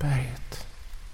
berget.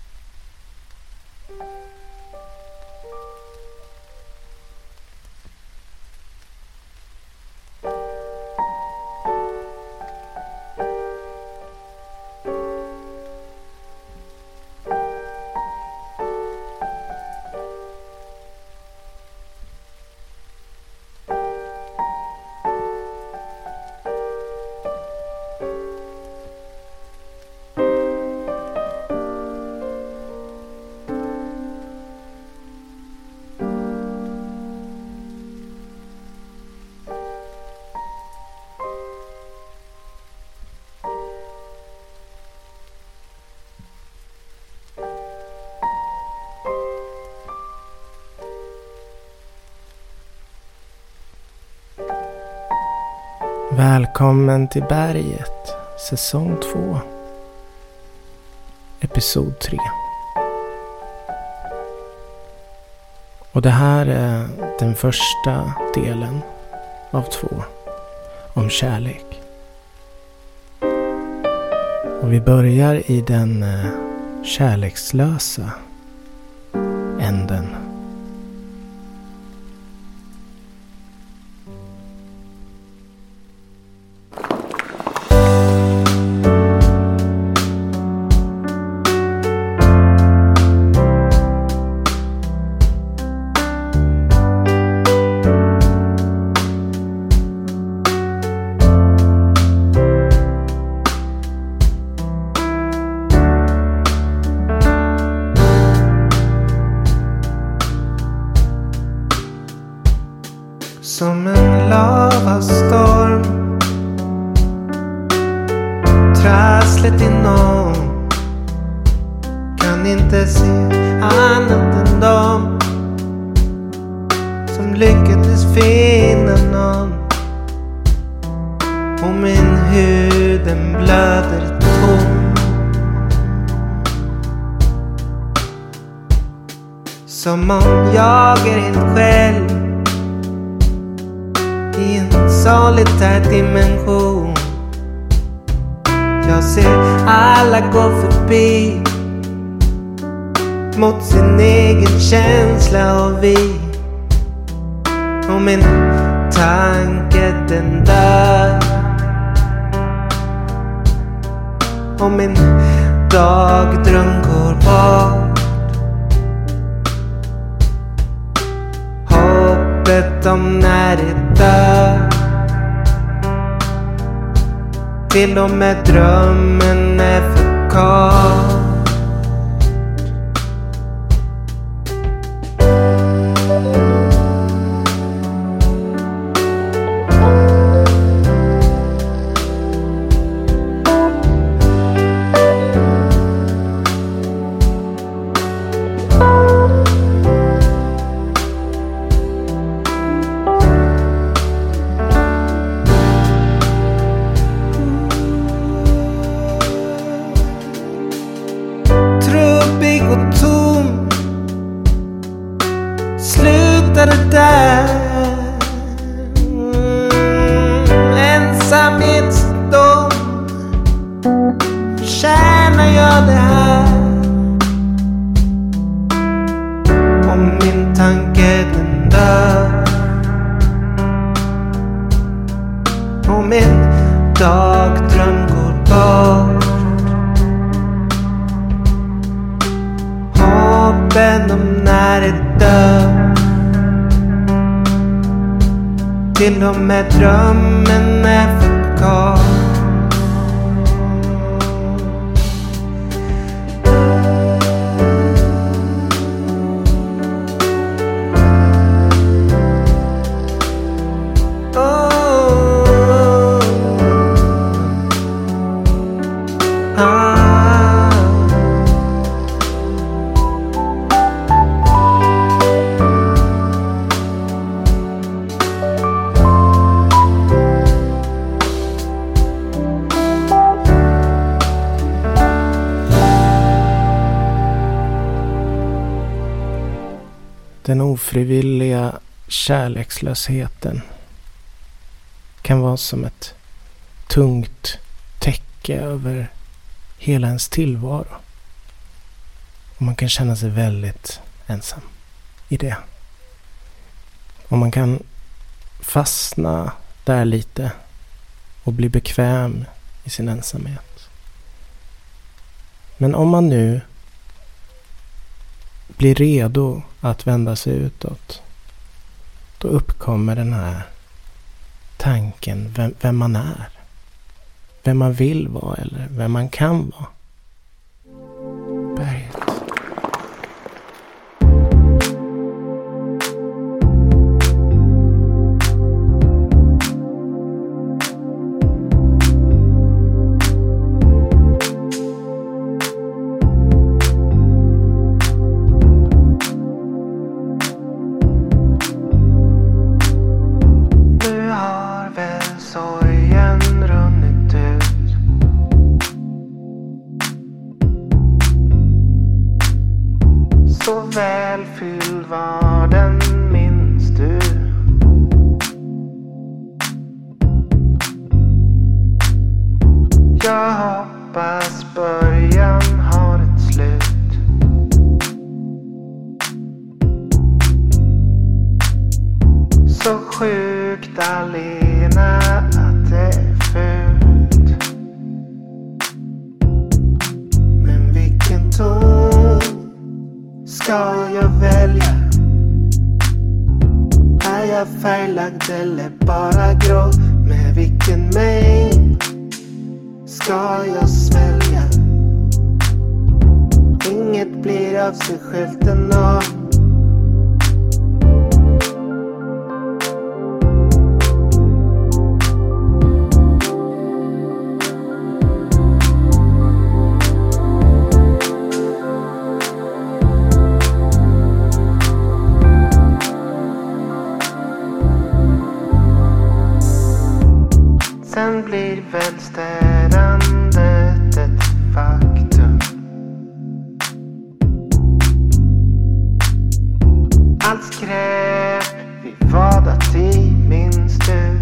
Välkommen till berget, säsong 2, episod 3. Och det här är den första delen av 2 om kärlek. Och vi börjar i den kärlekslösa änden. Som en lavastorm, trasslet inom, kan inte se annat än dem som lyckades finna någon. Och min hud den blöder tom, som om jag är helt själv i en solitär dimension. Jag ser alla gå förbi mot sin egen känsla och vi. Och min tanke den dör, och min dagdröm går bort. Hoppet om när det dör, till och med drömmen är för kort. Slutade där, ensamhetsdom. Tjänar jag det här? Om min tanke den dör, och min dagdröm går bort. Hoppen om när det dör, till och med drömmen är för kort. Den ofrivilliga kärlekslösheten kan vara som ett tungt täcke över hela ens tillvaro. Och man kan känna sig väldigt ensam i det. Och man kan fastna där lite och bli bekväm i sin ensamhet. Men om man nu blir redo att vända sig utåt, då uppkommer den här tanken vem man är. Vem man vill vara eller vem man kan vara. Berget. Så välfylld var den, minns du? Jag hoppas början har ett slut. Så sjukt alena att det är fult. Men vilken ton ska jag välja? Är jag färglagd eller bara grå? Med vilken mängd ska jag svälja? Inget blir av sig självt ändå. Sen blir väl städandet ett faktum. Allt skräp vi vadat i, minns du?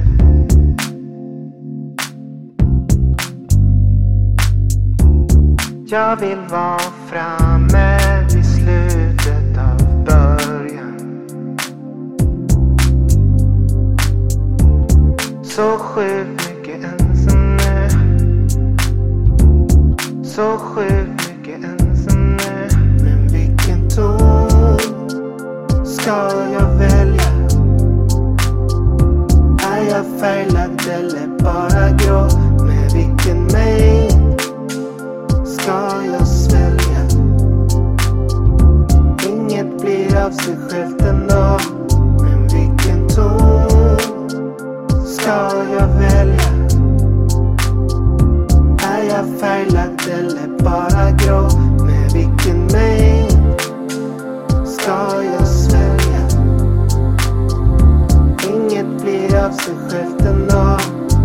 Jag vill vara framme vid slutet av början. Så sjukt ensam nu. Så sjukt mycket ensam nu. Men vilken ton ska jag välja? Är jag färglagd eller bara grå? Med vilken mängd ska jag svälja? Inget blir av sig självt ändå. Men vilken ton ska jag välja? Är jag färglagd eller bara grå? Med vilken mängd ska jag svälja? Inget blir av sig självt ändå.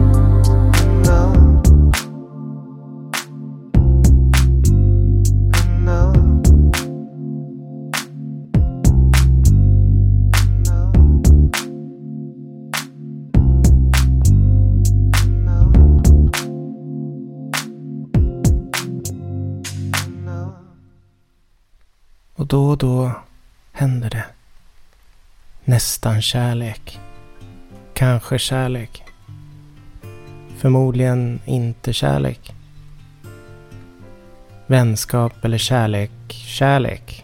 Och då händer det. Nästan kärlek. Kanske kärlek. Förmodligen inte kärlek. Vänskap eller kärlek.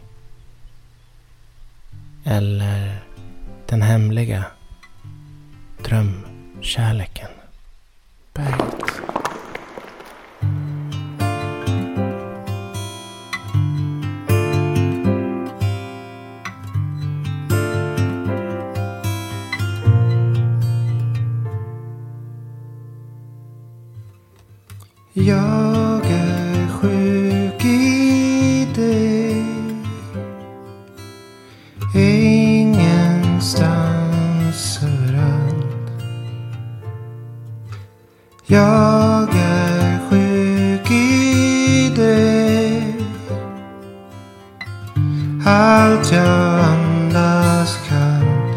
Eller den hemliga drömkärleken. Berget. Jag är sjuk i dig. Ingenstans överallt. Jag är sjuk i dig. Allt jag andas kallt.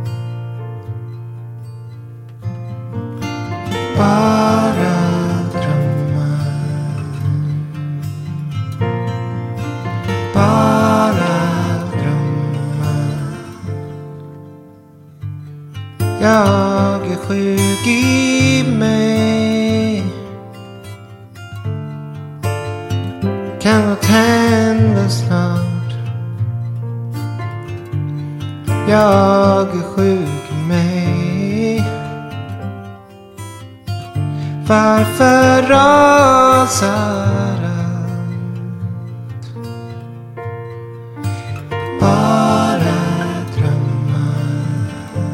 Bara drömmar. Bara Jag är sjuk i mig. Kan något hända snart? Jag är sjuk i mig. Varför rasar allt? Bara drömmar.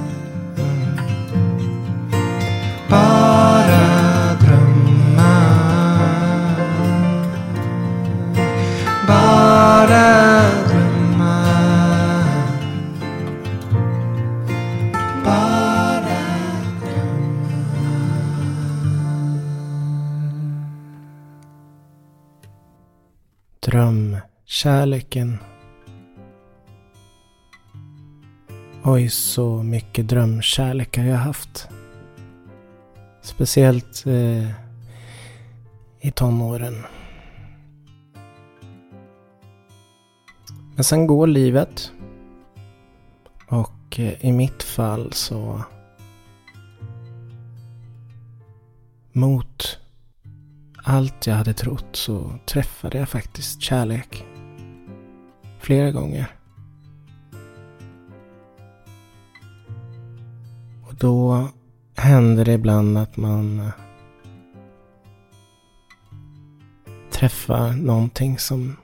Bara drömmar. Bara drömmar. Bara drömkärleken. Oj, så mycket drömkärlekar jag haft. Speciellt i tonåren. Men sen går livet. Och i mitt fall så mot allt jag hade trott så träffade jag faktiskt kärlek. Flera gånger. Och då händer det ibland att man träffar någonting som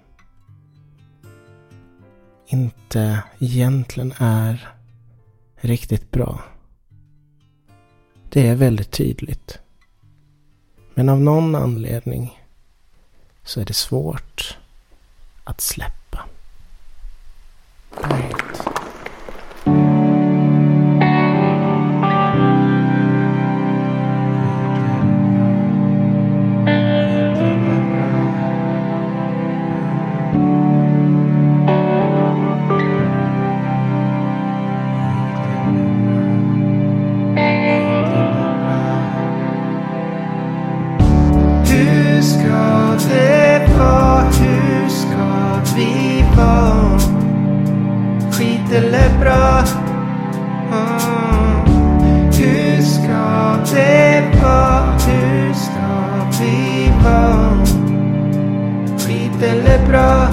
inte egentligen är riktigt bra. Det är väldigt tydligt. Men av någon anledning så är det svårt att släppa. Right. Skit eller bra. Hur ska det vara? Hur ska vi vara? Skit eller bra.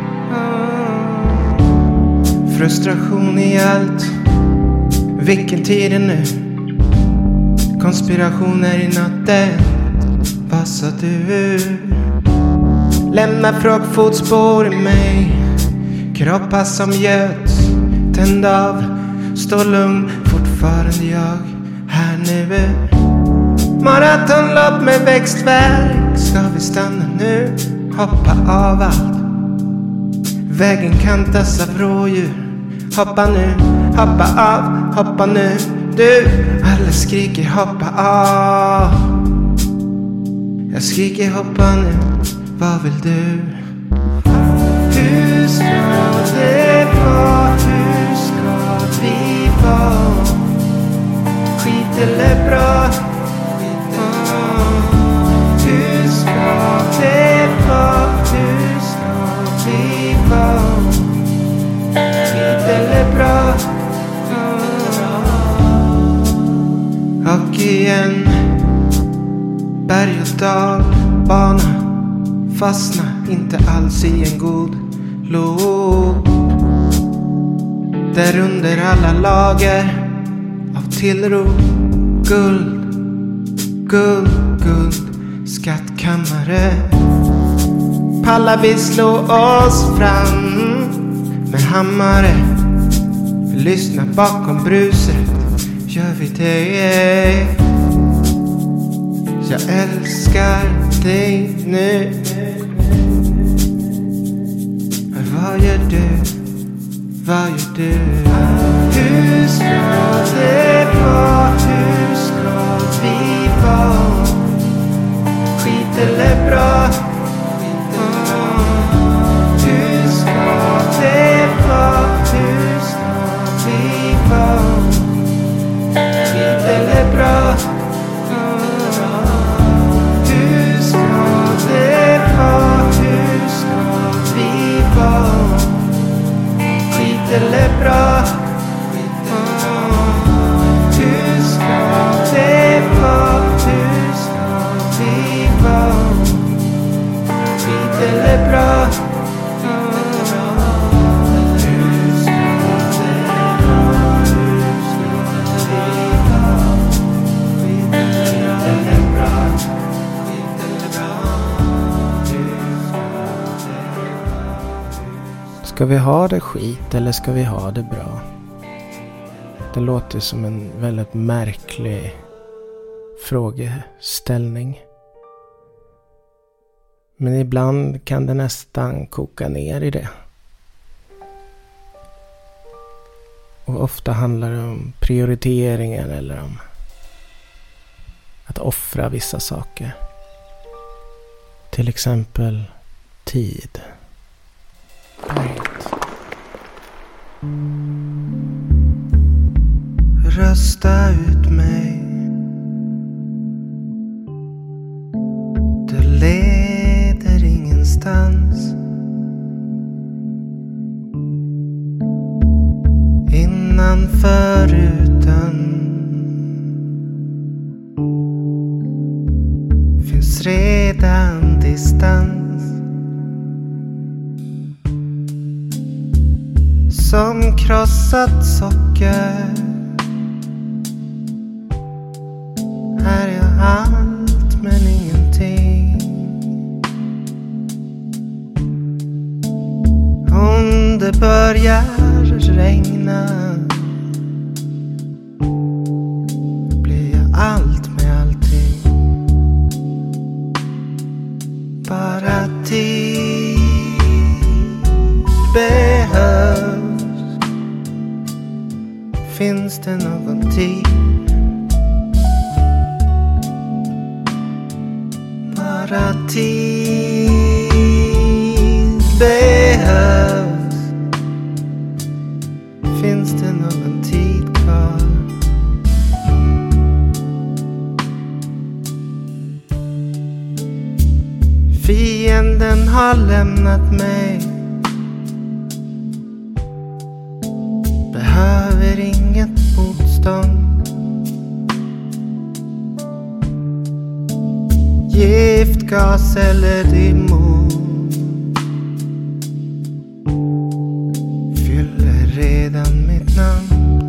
Frustration i allt. Vilken tid är nu? Konspirationer i natten. Vad sa du? Lämna frågfotspår i mig. Kroppar som göts. Tänd av. Stå lugn. Fortfarande jag. Här nu. Maratonlopp med växtverk. Ska vi stanna nu? Hoppa av allt. Vägen kantas av rådjur. Hoppa nu. Hoppa av. Hoppa nu. Du. Alla skriker hoppa av. Jag skriker hoppa nu. Vad vill du? Hur ska det vara? Hur ska vi vara? Skit eller bra? Hur ska det vara? Hur ska vi vara? Skit eller bra? Och igen. Berg och dalbana. Fastna inte alls i en god loop. Där under alla lager av tillro. Guld, guld, guld. Skattkammare. Pallar vi slå oss fram med hammare. Vi lyssnar bakom bruset. Gör vi det? Jag älskar dig nu. Vad gör du? Vad gör du? Hur ska det vara? Hur ska vi vara? Skit eller bra? Hur ska det vara? Hur ska vi vara? Skit eller bra? Hur ska det vara? Hur ska vi vara? Skit eller bra? Hur Ska vi ha det skit eller ska vi ha det bra? Det låter som en väldigt märklig frågeställning. Men ibland kan det nästan koka ner i det. Och ofta handlar det om prioriteringar eller om att offra vissa saker. Till exempel tid. Rösta ut mig. Det leder ingenstans. Innanför rutan finns redan distans. Som krossat socker. Här är allt men ingenting. Om det börjar regna blir jag allt med allting. Bara tid behövs. Finns det någon tid? Bara tid behövs. Finns det någon tid kvar? Fienden har lämnat mig. Behöver inget motstånd. Giftgas eller dimmor fyller redan mitt namn.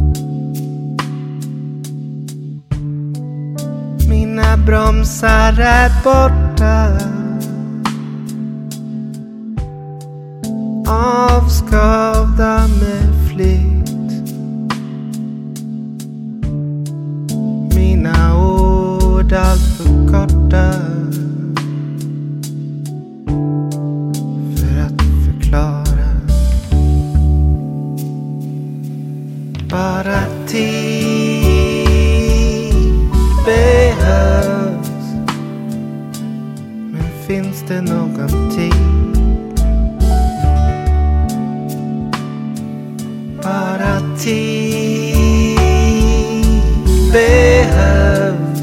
Mina bromsar är borta. Avskavda med flit. Mina ord allt för korta för att förklara. Bara tid behövs. Men finns det någon tid? Bara tid behövs.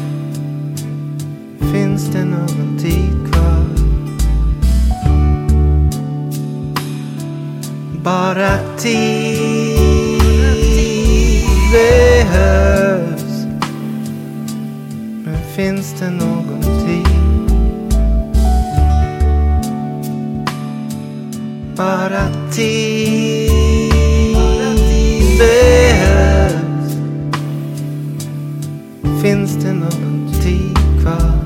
Finns det någon tid kvar? Bara tid behövs. Men finns det någon tid? Bara tid behövs. Finns det någon tid kvar?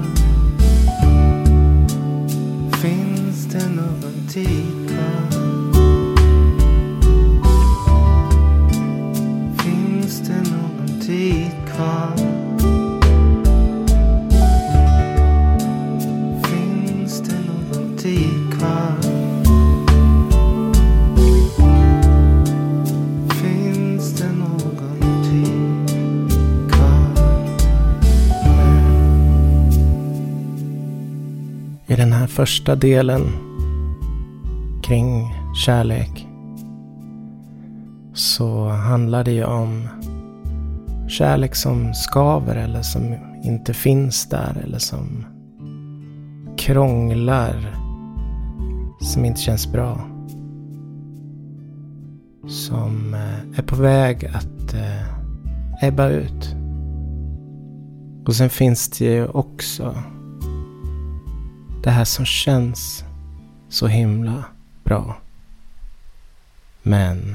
Finns det någon tid kvar? Finns det någon tid kvar? Finns det någon tid kvar? Finns det någon tid kvar? I den här första delen kring kärlek så handlar det ju om kärlek som skaver eller som inte finns där eller som krånglar, som inte känns bra, som är på väg att ebba ut. Och sen finns det ju också det här som känns så himla bra. Men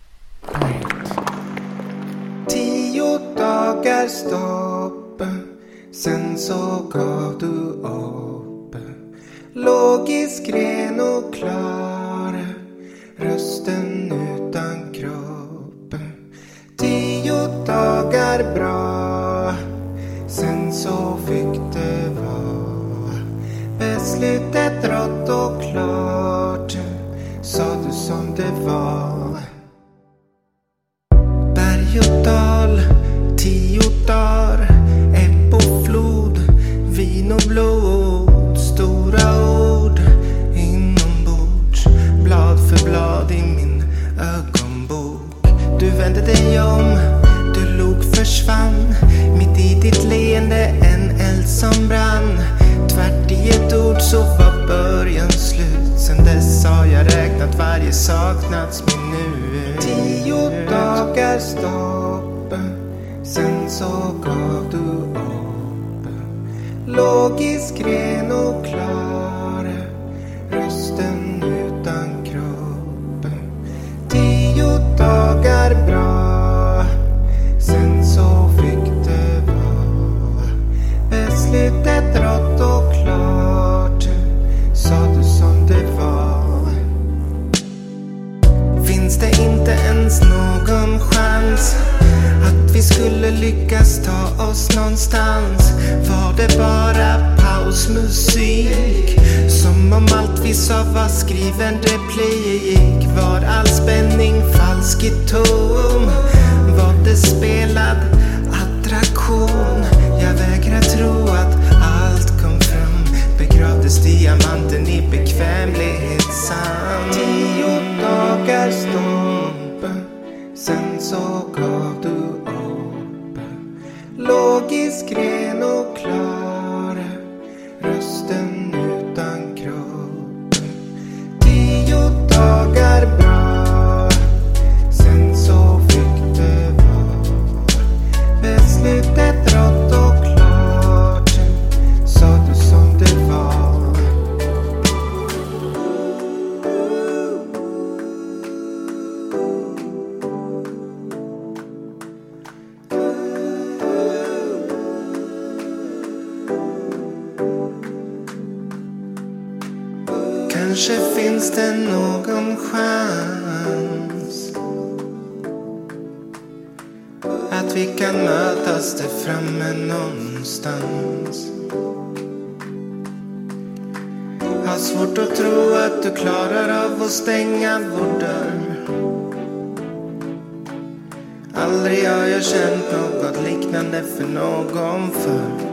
10 dagar stopp. Sen så gav du upp. Logisk, ren och klar. rösten utan kropp. 10 dagar bra, sen så fick det vara. Beslutet rått och klart, sa du som det var. Berg och dal, 10 dagar, ebb och flod, vin och blod, stora ord inombords, blad för blad i min ögonbok. Du vände dig om, du log, försvann, mitt i ditt leende en eld som brann. Tvärt i ett ord så var början slut. Sen dess har jag räknat varje saknadsminut. 10 dagar stopp, sen så gav du upp. Logisk, ren och klar, rösten utan kropp. 10 dagar bra, sen så fick det vara. Beslutet rått och klart, sa du som det var. Finns det inte ens någon chans att vi skulle lyckas ta oss någonstans? Var det bara pausmusik? Som om allt vi sa var skriven replik. Var all spänning falsk i ton? Var det spelad attraktion? Jag vägrar tro att allt kom fram. Begravdes diamanten i bekvämlighetssand. 10 dagar stopp, sen så gav du upp. Logisk, ren och klar, rösten utan kropp. 10 dagar bra, sen så fick det vara. Beslutet rått och klart, sa du som det var. Kanske finns det någon chans att vi kan mötas där framme någonstans. Har svårt att tro att du klarar av att stänga vår dörr. Aldrig har jag känt något liknande för någon förr.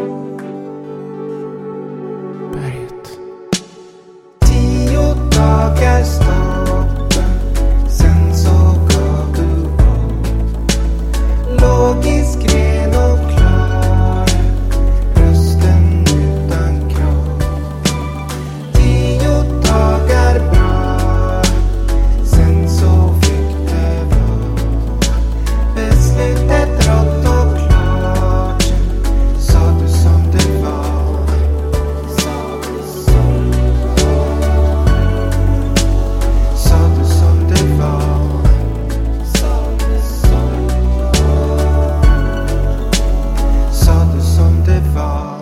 Berget. 10 dagar stopp, sen så gav du upp. Logisk, ren och klar, rösten utan kropp. 10 dagar bra, sen så fick det vara. Beslutet rått och klart, sa du som det var. Sa du som det var. Sa du som det var. Sa du som det var. Sa du som det var.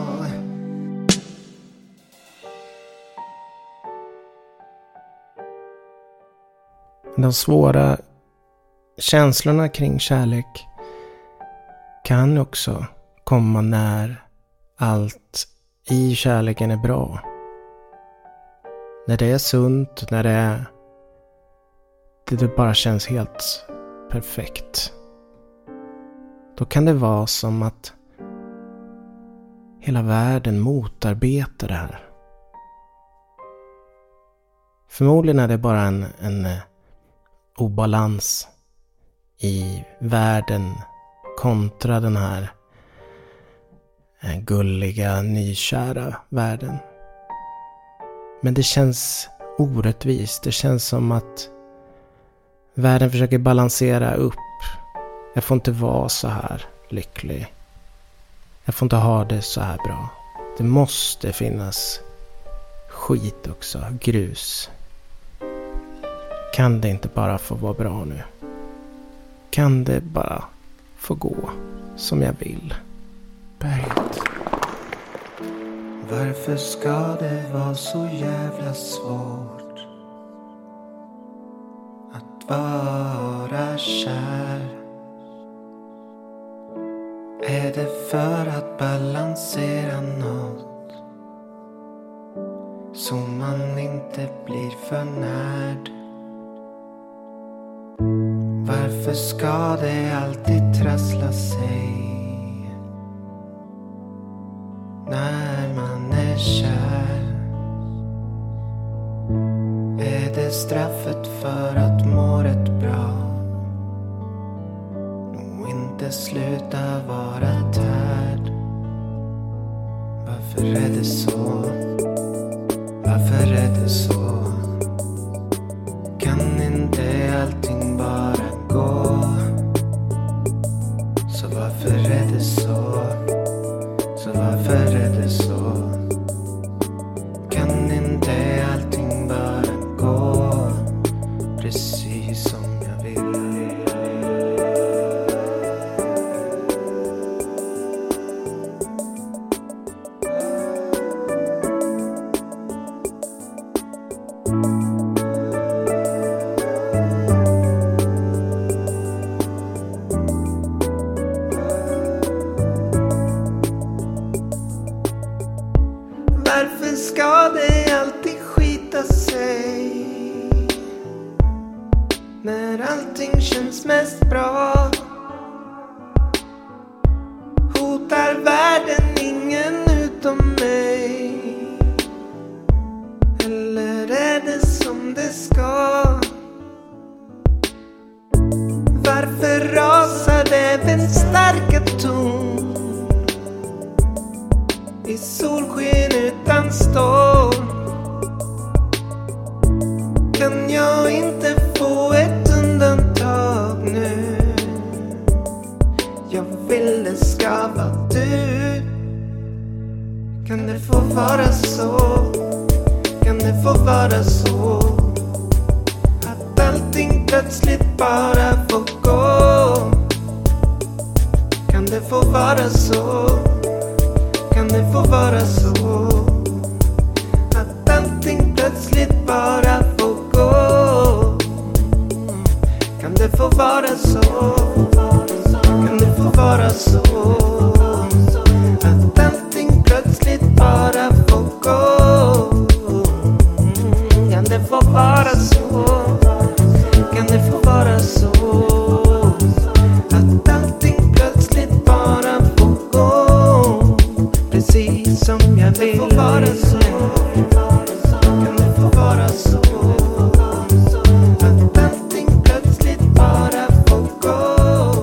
De svåra känslorna kring kärlek kan också komma när allt i kärleken är bra. När det är sunt, när det bara känns helt perfekt. Då kan det vara som att hela världen motarbetar det här. Förmodligen är det bara en obalans i världen kontra den här gulliga, nykära världen. Men det känns orättvist. Det känns som att världen försöker balansera upp. Jag får inte vara så här lycklig. Jag får inte ha det så här bra. Det måste finnas skit också, grus. Kan det inte bara få vara bra nu? Kan det bara få gå som jag vill? Berget. Varför ska det vara så jävla svårt vara kär? Är det för att balansera något, så man inte blir för närd? Varför ska det alltid trassla sig när man är kär? Är det straffet för att må rätt bra och inte sluta vara tärd? Varför är det så? Varför är det så? Kan inte allting bara gå? Så varför är det så? Så varför är det så? Kan inte allting bara gå precis som jag vill? Varför ska det alltid skita sig när allting känns mest bra? Hotar världen ingen utom mig? Eller är det som det ska? Varför rasar även starka ton i solsken utan storm? Kan jag inte få ett undantag nu? Jag vill det ska vara du. Kan det få vara så? Kan det få vara så att allting plötsligt bara får gå? Kan det få vara så? Kan det få vara så att allting plötsligt bara får gå? Kan det få vara så? Kan det få vara så att allting plötsligt bara får gå? Kan det få vara så? Kan det få vara så att allting plötsligt bara får gå precis som jag vill? Kan det få vara så? Kan det få vara så att allting plötsligt bara får gå?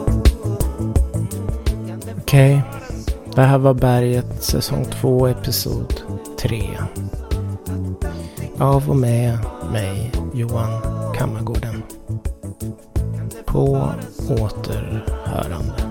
Okej, det här var Berget säsong 2 episod 3. Av och med mig, Johan Kammargården. På återhörande.